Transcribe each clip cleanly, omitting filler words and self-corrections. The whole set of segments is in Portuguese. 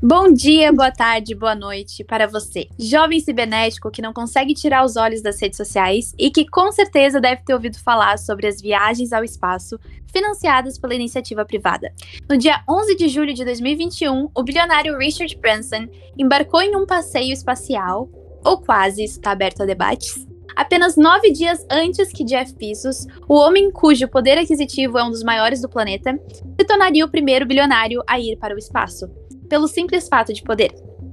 Bom dia, boa tarde, boa noite para você, jovem cibernético que não consegue tirar os olhos das redes sociais e que com certeza deve ter ouvido falar sobre as viagens ao espaço financiadas pela iniciativa privada. No dia 11 de julho de 2021, o bilionário Richard Branson embarcou em um passeio espacial, ou quase, isso está aberto a debates, apenas 9 dias antes que Jeff Bezos, o homem cujo poder aquisitivo é um dos maiores do planeta, se tornaria o primeiro bilionário a ir para o espaço. Pelo simples fato de poder.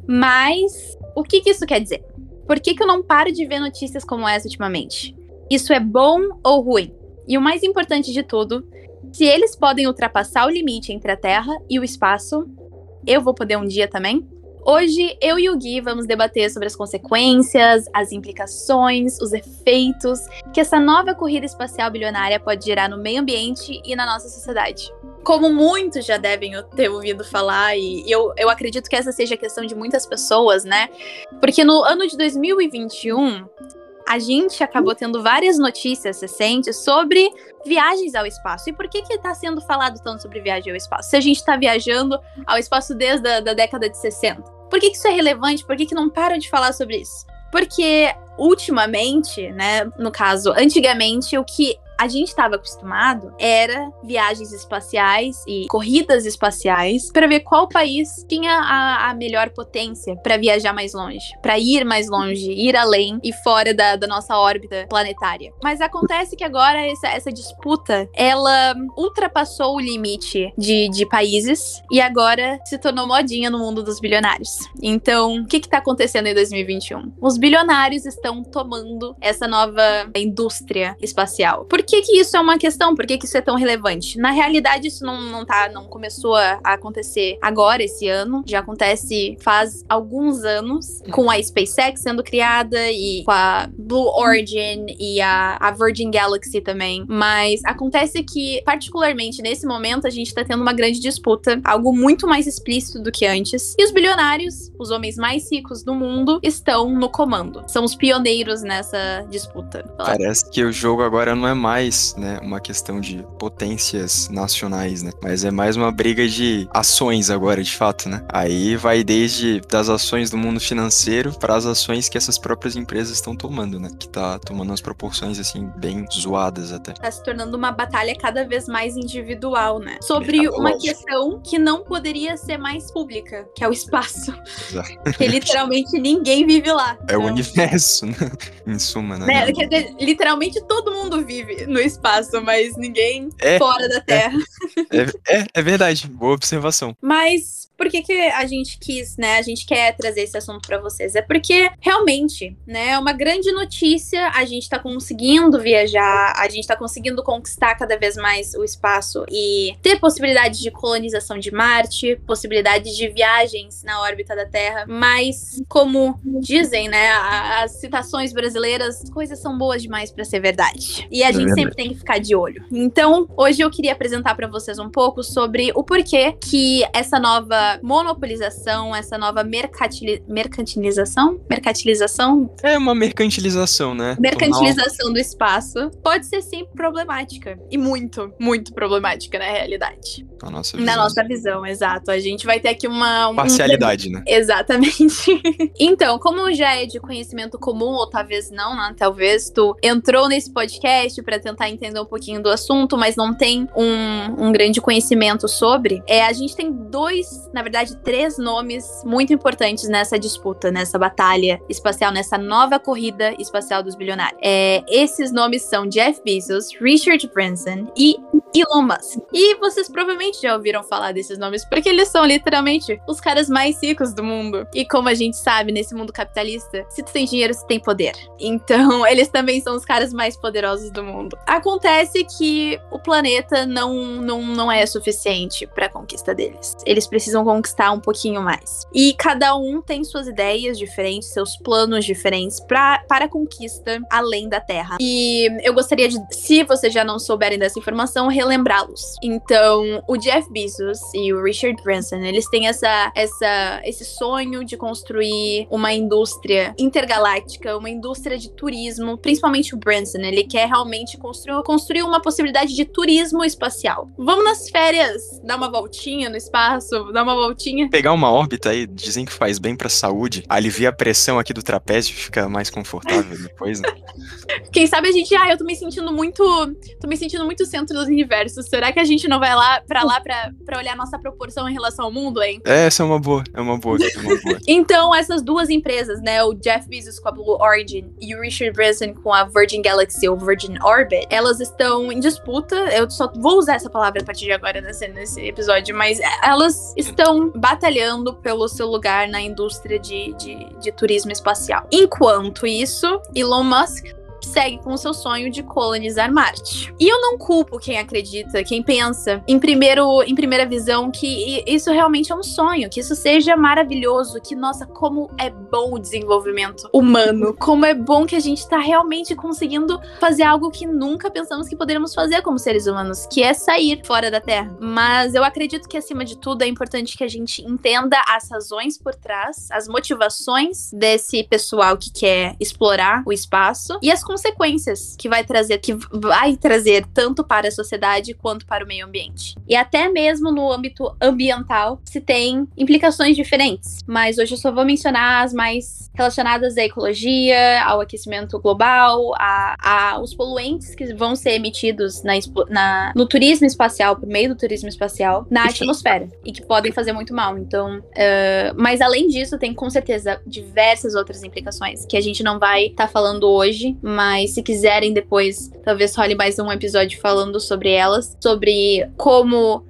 Mas, o que isso quer dizer? Por que eu não paro de ver notícias como essa ultimamente? Isso é bom ou ruim? E o mais importante de tudo, se eles podem ultrapassar o limite entre a Terra e o espaço, eu vou poder um dia também? Hoje, eu e o Gui vamos debater sobre as consequências, as implicações, os efeitos que essa nova corrida espacial bilionária pode gerar no meio ambiente e na nossa sociedade. Como muitos já devem ter ouvido falar, e eu acredito que essa seja a questão de muitas pessoas, né? Porque no ano de 2021, a gente acabou tendo várias notícias recentes sobre viagens ao espaço. E por que está sendo falado tanto sobre viagem ao espaço? Se a gente está viajando ao espaço desde a década de 60. Por que isso é relevante? Por que não param de falar sobre isso? Porque, ultimamente, né, no caso, antigamente, o que a gente estava acostumado era viagens espaciais e corridas espaciais para ver qual país tinha a melhor potência para viajar mais longe, para ir mais longe, ir além e fora da nossa órbita planetária. Mas acontece que agora essa disputa, ela ultrapassou o limite de países e agora se tornou modinha no mundo dos bilionários. Então, o que está acontecendo em 2021? Os bilionários estão tomando essa nova indústria espacial. Por que isso é uma questão? Por que isso é tão relevante? Na realidade, isso não começou a acontecer agora, esse ano. Já acontece faz alguns anos, com a SpaceX sendo criada e com a Blue Origin e a Virgin Galaxy também. Mas acontece que, particularmente nesse momento, a gente tá tendo uma grande disputa, algo muito mais explícito do que antes. E os bilionários, os homens mais ricos do mundo, estão no comando. São os pioneiros nessa disputa. Parece que o jogo agora não é mais, né, uma questão de potências nacionais, né, mas é mais uma briga de ações agora, de fato, né. Aí vai desde das ações do mundo financeiro para as ações que essas próprias empresas estão tomando, né, que tá tomando umas proporções, assim, bem zoadas até. Tá se tornando uma batalha cada vez mais individual, né, sobre uma questão que não poderia ser mais pública, que é o espaço. Exato. Que literalmente ninguém vive lá. É o universo, né, em suma, né. Quer dizer, literalmente todo mundo vive no espaço, mas ninguém fora da Terra. É verdade, boa observação. Mas por que a gente quis, né? A gente quer trazer esse assunto pra vocês. É porque, realmente, né, é uma grande notícia. A gente tá conseguindo viajar, a gente tá conseguindo conquistar cada vez mais o espaço e ter possibilidade de colonização de Marte, possibilidade de viagens na órbita da Terra. Mas, como dizem, né, as citações brasileiras, as coisas são boas demais pra ser verdade. E a gente sempre tem que ficar de olho. Então, hoje eu queria apresentar pra vocês um pouco sobre o porquê que essa nova monopolização, essa nova mercantilização? É uma mercantilização, né? Mercantilização do espaço pode ser sim problemática. E muito, muito problemática na realidade. Na nossa visão, exato. A gente vai ter aqui uma parcialidade, né? Exatamente. Então, como já é de conhecimento comum, ou talvez não, né? Talvez tu entrou nesse podcast pra tentar entender um pouquinho do assunto, mas não tem um grande conhecimento sobre, a gente tem na verdade, 3 nomes muito importantes nessa disputa, nessa batalha espacial, nessa nova corrida espacial dos bilionários. Esses nomes são Jeff Bezos, Richard Branson e Elon Musk. E vocês provavelmente já ouviram falar desses nomes, porque eles são literalmente os caras mais ricos do mundo. E como a gente sabe, nesse mundo capitalista, se tu tem dinheiro, tu tem poder. Então, eles também são os caras mais poderosos do mundo. Acontece que o planeta não é suficiente para a conquista deles. Eles precisam conquistar um pouquinho mais. E cada um tem suas ideias diferentes, seus planos diferentes para a conquista além da Terra. E eu gostaria de, se vocês já não souberem dessa informação, relembrá-los. Então, o Jeff Bezos e o Richard Branson, eles têm esse sonho de construir uma indústria intergaláctica, uma indústria de turismo, principalmente o Branson, ele quer realmente construir uma possibilidade de turismo espacial. Vamos nas férias dar uma voltinha no espaço, dar uma voltinha. Pegar uma órbita aí, dizem que faz bem pra saúde, alivia a pressão aqui do trapézio, fica mais confortável depois, né? Quem sabe a gente, eu tô me sentindo muito centro do universo. Será que a gente não vai lá pra olhar nossa proporção em relação ao mundo, hein? Essa é uma boa. Então, essas duas empresas, né, o Jeff Bezos com a Blue Origin e o Richard Branson com a Virgin Galaxy ou Virgin Orbit, elas estão em disputa. Eu só vou usar essa palavra a partir de agora nesse episódio, mas elas estão batalhando pelo seu lugar na indústria de turismo espacial. Enquanto isso, Elon Musk segue com o seu sonho de colonizar Marte. E eu não culpo quem acredita, quem pensa em primeira visão que isso realmente é um sonho, que isso seja maravilhoso, que, nossa, como é bom o desenvolvimento humano, como é bom que a gente tá realmente conseguindo fazer algo que nunca pensamos que poderíamos fazer como seres humanos, que é sair fora da Terra. Mas eu acredito que, acima de tudo, é importante que a gente entenda as razões por trás, as motivações desse pessoal que quer explorar o espaço e as consequências que vai trazer tanto para a sociedade quanto para o meio ambiente. E até mesmo no âmbito ambiental se tem implicações diferentes, mas hoje eu só vou mencionar as mais relacionadas à ecologia, ao aquecimento global, aos poluentes que vão ser emitidos no turismo espacial, por meio do turismo espacial, na atmosfera, e que podem fazer muito mal. Então, mas além disso, tem com certeza diversas outras implicações que a gente não vai estar falando hoje, mas se quiserem depois, talvez role mais um episódio falando sobre elas, sobre como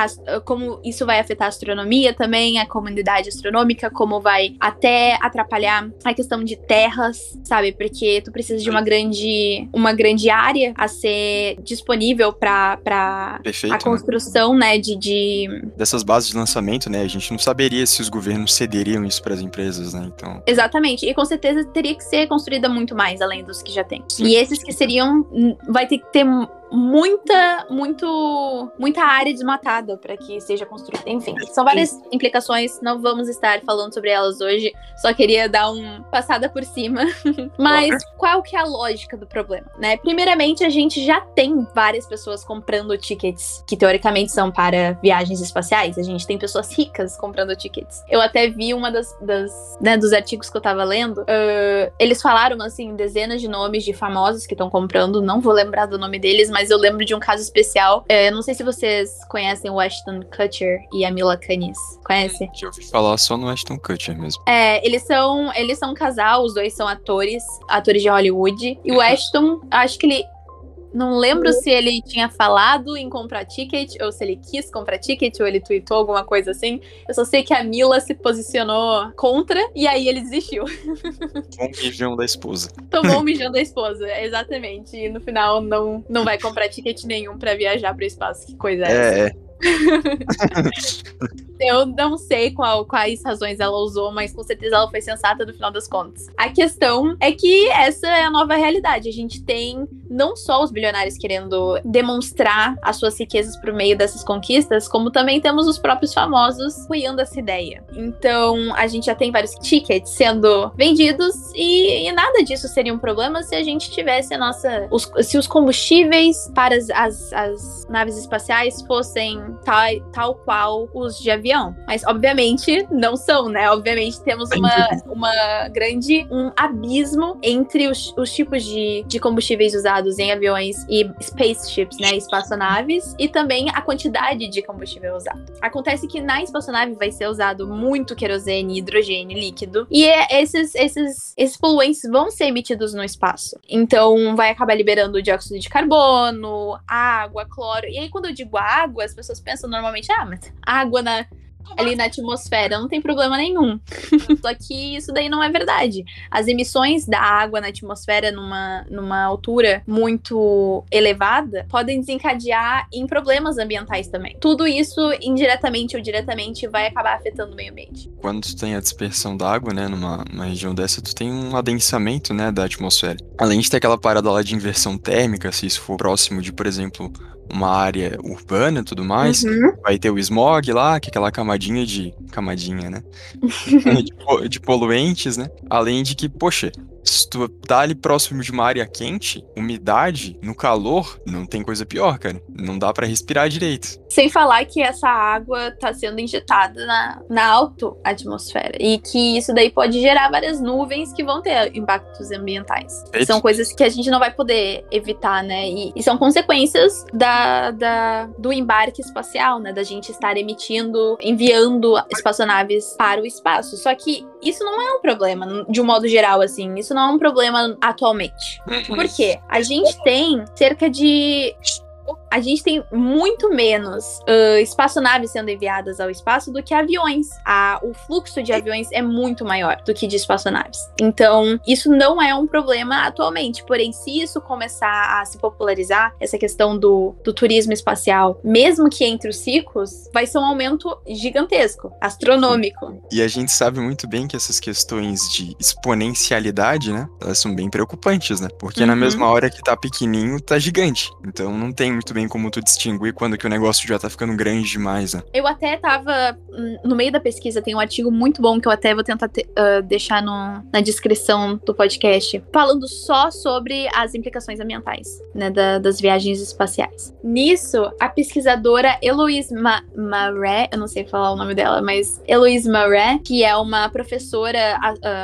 isso vai afetar a astronomia também, a comunidade astronômica, como vai até atrapalhar a questão de terras, sabe? Porque tu precisa de uma grande área a ser disponível para a construção, né, dessas bases de lançamento, né? A gente não saberia se os governos cederiam isso para as empresas, né? Então... Exatamente. E com certeza teria que ser construída muito mais, além dos que já tem. Sim. E esses que seriam... Vai ter que ter muita área desmatada para que seja construída. Enfim, são várias implicações, não vamos estar falando sobre elas hoje, só queria dar uma passada por cima. Mas qual que é a lógica do problema, né? Primeiramente, a gente já tem várias pessoas comprando tickets que teoricamente são para viagens espaciais. A gente tem pessoas ricas comprando tickets. Eu até vi uma dos artigos que eu tava lendo, eles falaram, assim, dezenas de nomes de famosos que estão comprando, não vou lembrar do nome deles, mas eu lembro de um caso especial. Não sei se vocês conhecem o Ashton Kutcher e a Mila Kunis. Conhece? Já ouvi falar só no Ashton Kutcher mesmo. Eles são um casal, os dois são atores de Hollywood. E o Ashton, acho que ele... Não lembro se ele tinha falado em comprar ticket, ou se ele quis comprar ticket, ou ele tweetou alguma coisa assim. Eu só sei que a Mila se posicionou contra, e aí ele desistiu. Tomou um mijão da esposa. Tomou um mijão da esposa, exatamente. E no final não vai comprar ticket nenhum pra viajar pro espaço. Que coisa é essa? Eu não sei quais razões ela usou, mas com certeza ela foi sensata no final das contas. A questão é que essa é a nova realidade. A gente tem não só os bilionários querendo demonstrar as suas riquezas por meio dessas conquistas, como também temos os próprios famosos apoiando essa ideia. Então, a gente já tem vários tickets sendo vendidos e nada disso seria um problema se a gente tivesse se os combustíveis para as naves espaciais fossem tal qual os de avião. Mas, obviamente, não são, né? Obviamente, temos um abismo entre os tipos de combustíveis usados em aviões e spaceships, né? Espaçonaves, e também a quantidade de combustível usado. Acontece que na espaçonave vai ser usado muito querosene e hidrogênio líquido, e esses poluentes vão ser emitidos no espaço. Então, vai acabar liberando dióxido de carbono, água, cloro. E aí, quando eu digo água, as pessoas pensam normalmente, mas água ali na atmosfera não tem problema nenhum. Só que isso daí não é verdade. As emissões da água na atmosfera numa altura muito elevada podem desencadear em problemas ambientais também. Tudo isso, indiretamente ou diretamente, vai acabar afetando o meio ambiente. Quando tu tem a dispersão da água, né, numa região dessa, tu tem um adensamento, né, da atmosfera. Além de ter aquela parada lá de inversão térmica, se isso for próximo de, por exemplo, uma área urbana e tudo mais, vai ter o smog lá, que é aquela camadinha, né? de poluentes, né? Além de que, poxa, Se tu tá ali próximo de uma área quente, umidade, no calor, não tem coisa pior, cara. Não dá pra respirar direito. Sem falar que essa água tá sendo injetada na alto-atmosfera. E que isso daí pode gerar várias nuvens que vão ter impactos ambientais. Feito. São coisas que a gente não vai poder evitar, né? E são consequências do embarque espacial, né? Da gente estar enviando espaçonaves para o espaço. Só que isso não é um problema, de um modo geral, assim. Isso não é um problema atualmente. Por quê? A gente tem a gente tem muito menos espaçonaves sendo enviadas ao espaço do que aviões. O fluxo de aviões é muito maior do que de espaçonaves. Então, isso não é um problema atualmente. Porém, se isso começar a se popularizar, essa questão do turismo espacial, mesmo que entre os ciclos, vai ser um aumento gigantesco, astronômico. E a gente sabe muito bem que essas questões de exponencialidade, né, elas são bem preocupantes, né? Porque na mesma hora que tá pequenininho, tá gigante. Então não tem muito bem como tu distinguir quando que o negócio já tá ficando grande demais, né? Eu até tava, no meio da pesquisa, tem um artigo muito bom que eu até vou tentar deixar na descrição do podcast, falando só sobre as implicações ambientais, né, das viagens espaciais. Nisso, a pesquisadora Eloise Marais, eu não sei falar o nome dela, mas Eloise Marais, que é uma professora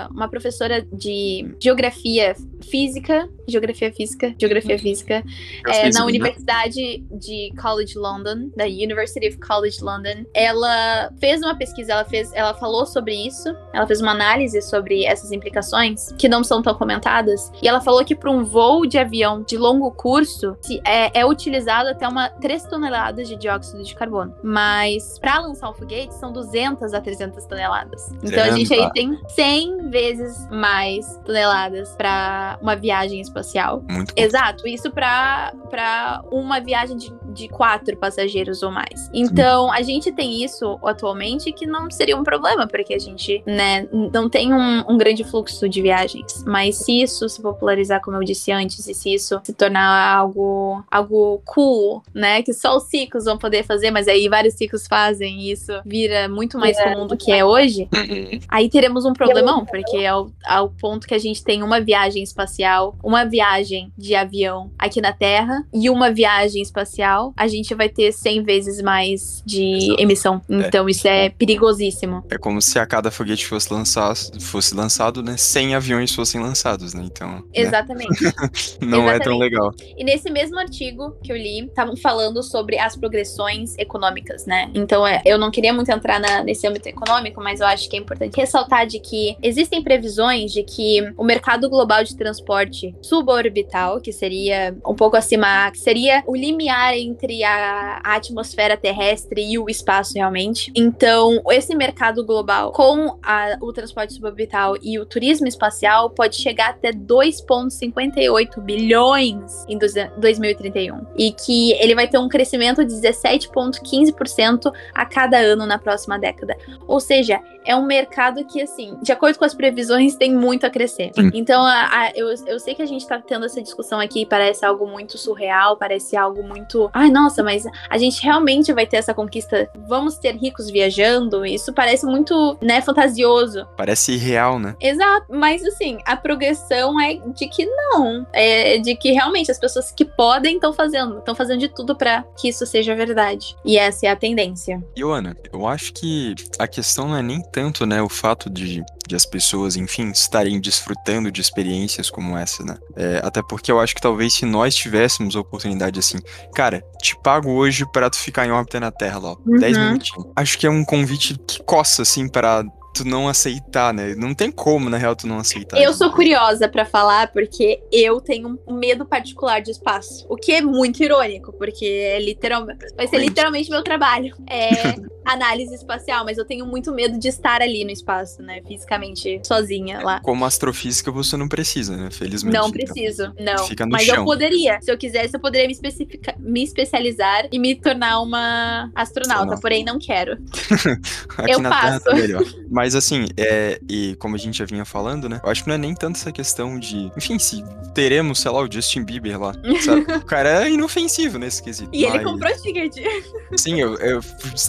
de geografia física, na Universidade de College London, da University of College London. Ela fez uma pesquisa, ela falou sobre isso, ela fez uma análise sobre essas implicações, que não são tão comentadas, e ela falou que para um voo de avião de longo curso, é utilizado até 3 toneladas de dióxido de carbono, mas para lançar um foguete são 200 a 300 toneladas. Então a gente aí tem 100 vezes mais toneladas para uma viagem espacial. Muito bom. Exato, isso para uma viagem de 4 passageiros ou mais. Então, a gente tem isso atualmente que não seria um problema, porque a gente, né, não tem um grande fluxo de viagens. Mas se isso se popularizar, como eu disse antes, e se isso se tornar algo cool, né, que só os ciclos vão poder fazer, mas aí vários ciclos fazem e isso vira muito mais comum do que é hoje, aí teremos um problemão, porque ao ponto que a gente tem uma viagem espacial, uma viagem de avião aqui na Terra e uma viagem espacial, a gente vai ter 100 vezes mais de emissão. Então isso é perigosíssimo. É como se a cada foguete fosse lançado, né, 100 aviões fossem lançados, né? Então, exatamente. Né? Não exatamente. É tão legal. E nesse mesmo artigo que eu li, estavam falando sobre as progressões econômicas, né? Então, eu não queria muito entrar nesse âmbito econômico, mas eu acho que é importante ressaltar de que existem previsões de que o mercado global de transporte suborbital, que seria um pouco acima, que seria o limiar entre a atmosfera terrestre e o espaço realmente. Então, esse mercado global com o transporte suborbital e o turismo espacial pode chegar até 2,58 bilhões em 2031. E que ele vai ter um crescimento de 17,15% a cada ano na próxima década. Ou seja, é um mercado que, assim, de acordo com as previsões, tem muito a crescer. Então, eu sei que a gente tá tendo essa discussão aqui, parece algo muito surreal, parece algo muito... Ai, nossa, mas a gente realmente vai ter essa conquista? Vamos ter ricos viajando? Isso parece muito, né, fantasioso. Parece irreal, né? Exato, mas assim, a progressão é de que não. É de que realmente as pessoas que podem estão fazendo de tudo pra que isso seja verdade. E essa é a tendência. E, Ana, eu acho que a questão não é nem tanto, né, o fato de as pessoas, enfim, estarem desfrutando de experiências como essa, né? Até porque eu acho que talvez se nós tivéssemos a oportunidade assim, cara, te pago hoje pra tu ficar em órbita na Terra lá, 10 minutinhos. Acho que é um convite que coça, assim, pra tu não aceitar, né? Não tem como, na real, tu não aceitar. Eu sou curiosa pra falar, porque eu tenho um medo particular de espaço. O que é muito irônico, porque vai ser literalmente meu trabalho. Análise espacial, mas eu tenho muito medo de estar ali no espaço, né? Fisicamente, sozinha lá. Como astrofísica, você não precisa, né? Felizmente. Não preciso, não. Fica no mas chão. Eu poderia. Se eu quisesse, eu poderia me especializar e me tornar uma astronauta. Porém, não quero. Aqui eu na passo. Terra tá melhor. Mas assim, e como a gente já vinha falando, né? Eu acho que não é nem tanto essa questão de... Enfim, se teremos, sei lá, o Justin Bieber lá, sabe? O cara é inofensivo nesse quesito. E ele comprou ticket. Sim, eu justamente por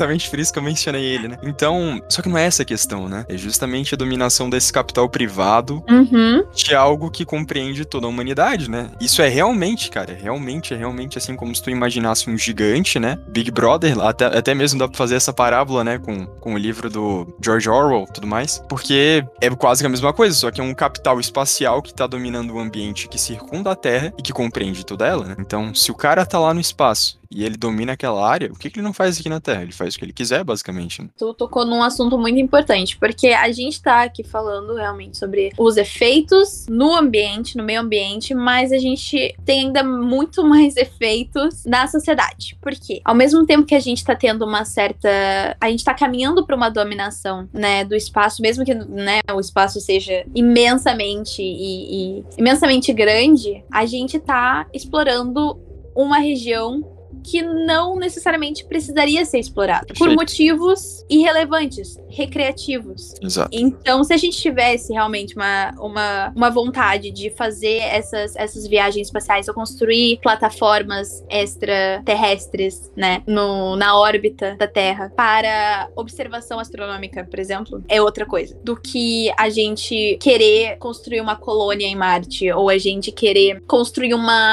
isso que eu mencionei ele, né? Então, só que não é essa a questão, né? É justamente a dominação desse capital privado de algo que compreende toda a humanidade, né? Isso é realmente, cara, é realmente assim como se tu imaginasse um gigante, né? Big Brother, até mesmo dá pra fazer essa parábola, né? Com o livro do George Orwell e tudo mais, porque é quase que a mesma coisa, só que é um capital espacial que tá dominando o ambiente que circunda a Terra e que compreende toda ela, né? Então, se o cara tá lá no espaço e ele domina aquela área, o que ele não faz aqui na Terra? Ele faz o que ele quiser, basicamente, né? Tu tocou num assunto muito importante, porque a gente tá aqui falando realmente sobre os efeitos no ambiente, no meio ambiente, mas a gente tem ainda muito mais efeitos na sociedade. Por quê? Ao mesmo tempo que a gente tá tendo uma certa... A gente tá caminhando pra uma dominação, né, do espaço, mesmo que, né, o espaço seja imensamente imensamente grande, a gente tá explorando uma região que não necessariamente precisaria ser explorado. Por motivos irrelevantes, recreativos. Exato. Então, se a gente tivesse realmente uma vontade de fazer essas viagens espaciais ou construir plataformas extraterrestres, né, na órbita da Terra para observação astronômica, por exemplo, é outra coisa. Do que a gente querer construir uma colônia em Marte ou a gente querer construir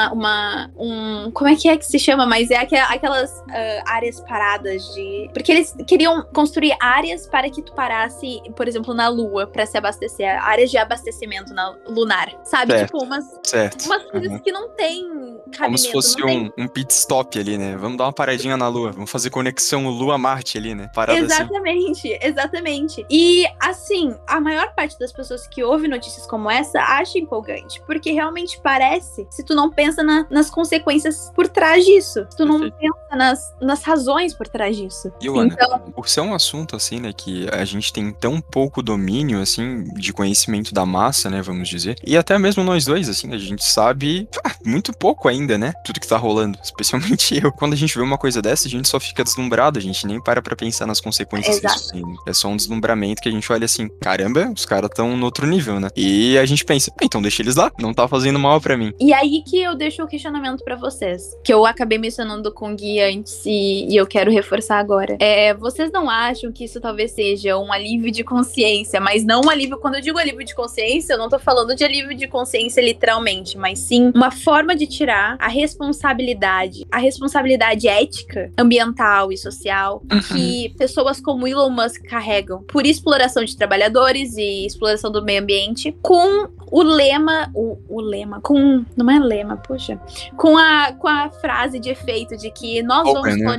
como é que se chama? Mas é aquelas áreas paradas de... Porque eles queriam construir áreas para que tu parasse, por exemplo, na Lua, para se abastecer. Áreas de abastecimento lunar, sabe? Certo. Tipo, umas coisas que não tem cabimento. Como se fosse um pit stop ali, né? Vamos dar uma paradinha na Lua. Vamos fazer conexão Lua-Marte ali, né? Parada Exatamente. E, assim, a maior parte das pessoas que ouvem notícias como essa acha empolgante. Porque realmente parece, se tu não pensa nas consequências por trás disso. Se tu não pensa nas razões por trás disso. E, Ana, por ser um assunto, assim, né, que a gente tem tão pouco domínio, assim, de conhecimento da massa, né, vamos dizer, e até mesmo nós dois, assim, a gente sabe muito pouco ainda, né, tudo que tá rolando, especialmente eu. Quando a gente vê uma coisa dessa, a gente só fica deslumbrado, a gente nem para pra pensar nas consequências disso, assim. É só um deslumbramento que a gente olha assim, caramba, os caras tão no outro nível, né, e a gente pensa, então deixa eles lá, não tá fazendo mal pra mim. E aí que eu deixo o questionamento pra vocês, que eu acabei mencionando com o Gui antes e eu quero reforçar agora. Vocês não acham que isso talvez seja um alívio de consciência, mas não um alívio, quando eu digo alívio de consciência, eu não tô falando de alívio de consciência literalmente, mas sim uma forma de tirar a responsabilidade ética, ambiental e social que pessoas como Elon Musk carregam por exploração de trabalhadores e exploração do meio ambiente com o lema, não é lema, puxa, com a frase de efeito de que nós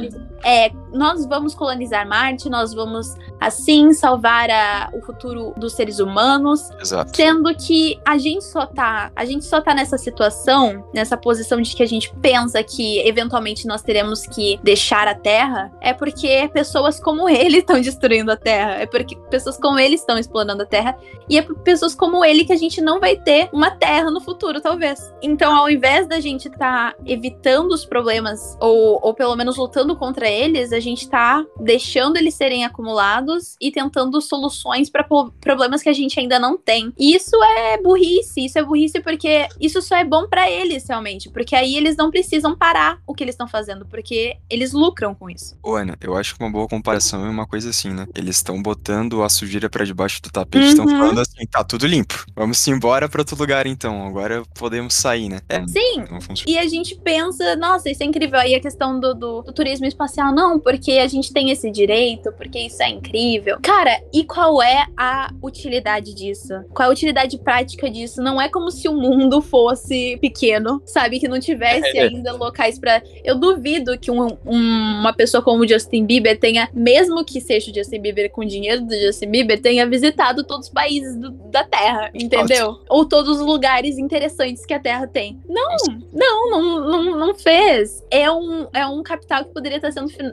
vamos colonizar Marte, nós vamos assim salvar o futuro dos seres humanos. Exato. Sendo que a gente só tá nessa situação, nessa posição de que a gente pensa que eventualmente nós teremos que deixar a Terra, é porque pessoas como ele estão destruindo a Terra, é porque pessoas como ele estão explorando a Terra, e é por pessoas como ele que a gente não vai ter uma Terra no futuro, talvez. Então, ao invés da gente tá evitando os problemas, ou pelo menos lutando contra eles, a gente tá deixando eles serem acumulados e tentando soluções para problemas que a gente ainda não tem. E isso é burrice porque isso só é bom para eles, realmente, porque aí eles não precisam parar o que eles estão fazendo, porque eles lucram com isso. Ô, Ana, eu acho que uma boa comparação é uma coisa assim, né? Eles estão botando a sujeira pra debaixo do tapete, estão falando assim, tá tudo limpo, vamos embora pra outro lugar então, agora podemos sair, né? Sim, e a gente pensa, nossa, isso é incrível, aí a questão do turismo espacial, não, porque a gente tem esse direito, porque isso é incrível. Cara, e qual é a utilidade disso? Qual é a utilidade prática disso? Não é como se o mundo fosse pequeno, sabe? Que não tivesse ainda locais pra... Eu duvido que uma pessoa como o Justin Bieber tenha, mesmo que seja o Justin Bieber com dinheiro do Justin Bieber, tenha visitado todos os países da Terra, entendeu? Ótimo. Ou todos os lugares interessantes que a Terra tem. Não fez. É um capital que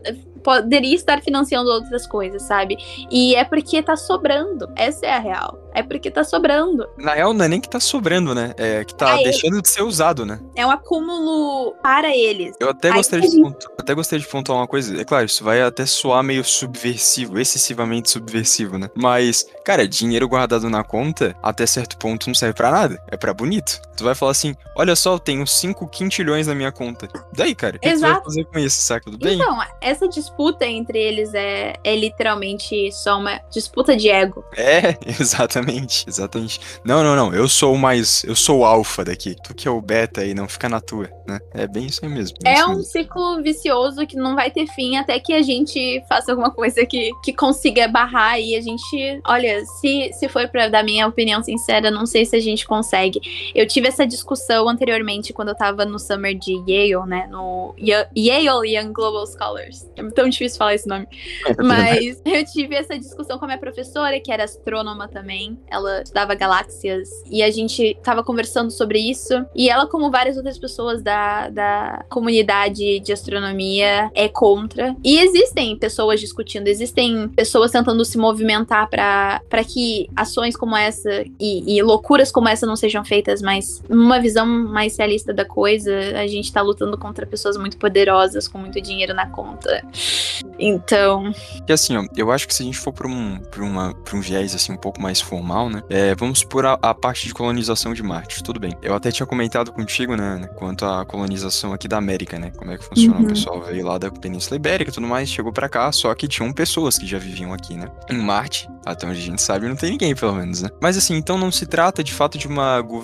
poderia estar financiando outras coisas, sabe? E é porque tá sobrando. Essa é a real. É porque tá sobrando. Na real, não é nem que tá sobrando, né? É que tá deixando de ser usado, né? É um acúmulo para eles. Eu até gostaria de pontuar uma coisa. É claro, isso vai até soar meio subversivo, excessivamente subversivo, né? Mas, cara, dinheiro guardado na conta, até certo ponto, não serve pra nada. É pra bonito. Tu vai falar assim, olha só, eu tenho 5 quintilhões na minha conta. Daí, cara, o que tu vai fazer com isso, saca? Tudo bem? Então, essa disputa entre eles é literalmente só uma disputa de ego. É, exatamente. Não. Eu sou o alfa daqui. Tu que é o beta aí, não fica na tua, né? É bem isso aí mesmo. É um ciclo vicioso que não vai ter fim até que a gente faça alguma coisa que consiga barrar e a gente... Olha, se for pra dar minha opinião sincera, não sei se a gente consegue. Eu tive essa discussão anteriormente quando eu tava no Summer de Yale, né? No Yale Young Global Scholars. É tão difícil falar esse nome. Mas eu tive essa discussão com a minha professora, que era astrônoma também. Ela estudava galáxias e a gente tava conversando sobre isso. E ela, como várias outras pessoas da comunidade de astronomia, é contra. E existem pessoas discutindo, existem pessoas tentando se movimentar para que ações como essa e loucuras como essa não sejam feitas, mas uma visão mais realista da coisa, a gente tá lutando contra pessoas muito poderosas, com muito dinheiro na conta. Então... Que assim, ó, eu acho que se a gente for pra um viés assim um pouco mais formal, né, vamos por a parte de colonização de Marte, tudo bem. Eu até tinha comentado contigo, né, quanto à colonização aqui da América, né, como é que funciona. O pessoal veio lá da Península Ibérica e tudo mais, chegou pra cá, só que tinham pessoas que já viviam aqui, né. Em Marte, até onde a gente sabe, não tem ninguém, pelo menos, né. Mas assim, então não se trata de fato de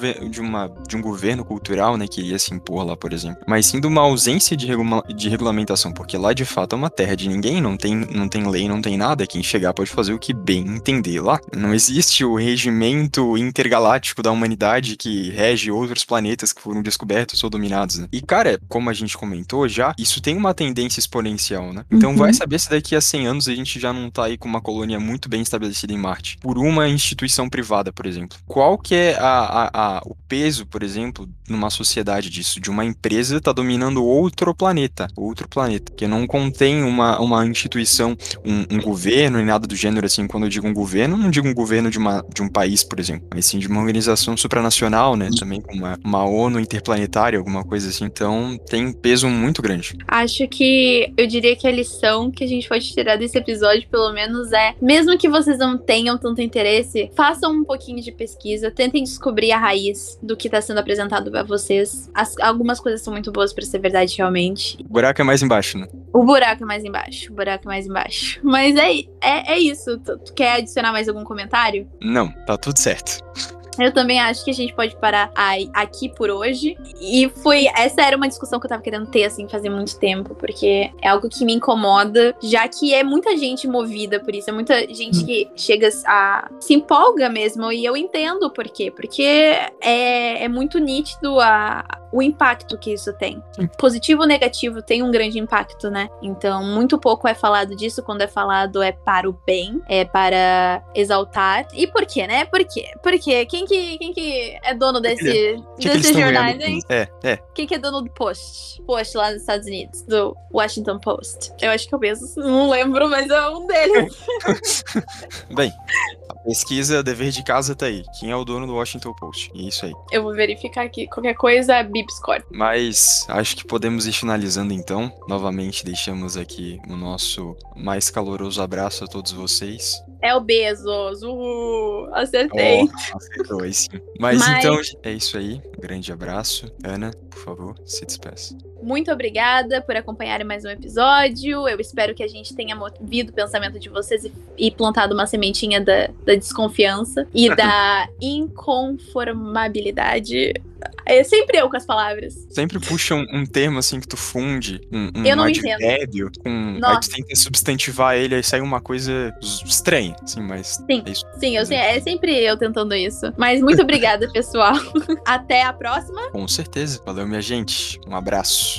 um governo cultural, né, que iria se impor lá, por exemplo, mas sim de uma ausência de regulamentação, porque lá de fato é uma terra de ninguém, não tem lei, não tem nada, quem chegar pode fazer o que bem entender lá. Não existe o regimento intergaláctico da humanidade que rege outros planetas que foram descobertos ou dominados, né? E, cara, como a gente comentou já, isso tem uma tendência exponencial, né? Então vai saber se daqui a 100 anos a gente já não tá aí com uma colônia muito bem estabelecida em Marte, por uma instituição privada, por exemplo. Qual que é o peso, por exemplo, numa sociedade disso, de uma empresa tá dominando outro planeta, que não contém uma instituição, um governo e nada do gênero, assim. Quando eu digo um governo, não digo um governo de um país, por exemplo, mas sim de uma organização supranacional, né, também com uma ONU interplanetária, alguma coisa assim. Então tem peso muito grande. Acho que eu diria que a lição que a gente pode tirar desse episódio, pelo menos, mesmo que vocês não tenham tanto interesse, façam um pouquinho de pesquisa, tentem descobrir a raiz do que está sendo apresentado pra vocês. Algumas coisas são muito boas pra ser verdade, realmente. O buraco é mais embaixo, né? O buraco é mais embaixo. Mas é isso. Tu quer adicionar mais algum comentário? Não, tá tudo certo. Eu também acho que a gente pode parar aqui por hoje. E essa era uma discussão que eu tava querendo ter, assim, fazer muito tempo, porque é algo que me incomoda, já que é muita gente movida por isso, é muita gente que chega se empolga mesmo, e eu entendo por quê. Porque é muito nítido o impacto que isso tem. Positivo ou negativo tem um grande impacto, né? Então, muito pouco é falado disso. Quando é falado, é para o bem, é para exaltar. E por quê, né? Por quê? Porque quem que é dono desses jornais, hein? Quem que é dono do Post lá nos Estados Unidos? Do Washington Post. Eu acho que é o mesmo, não lembro, mas é um deles. Bem, a pesquisa, dever de casa tá aí. Quem é o dono do Washington Post? É isso aí. Eu vou verificar aqui. Qualquer coisa, Bipscore. Mas acho que podemos ir finalizando então. Novamente deixamos aqui o nosso mais caloroso abraço a todos vocês. É o Bezos, acertei. Acertou aí sim. Mas então é isso aí, um grande abraço. Ana, por favor, se despeça. Muito obrigada por acompanharem mais um episódio. Eu espero que a gente tenha movido o pensamento de vocês e plantado uma sementinha da desconfiança e da inconformabilidade. É sempre eu com as palavras. Sempre puxa um termo assim que tu funde, um advérbio, aí tu tenta substantivar ele, aí sai uma coisa estranha, assim, mas sim, é isso. Sim, é sempre eu tentando isso. Mas muito obrigada, pessoal. Até a próxima. Com certeza. Valeu, minha gente. Um abraço.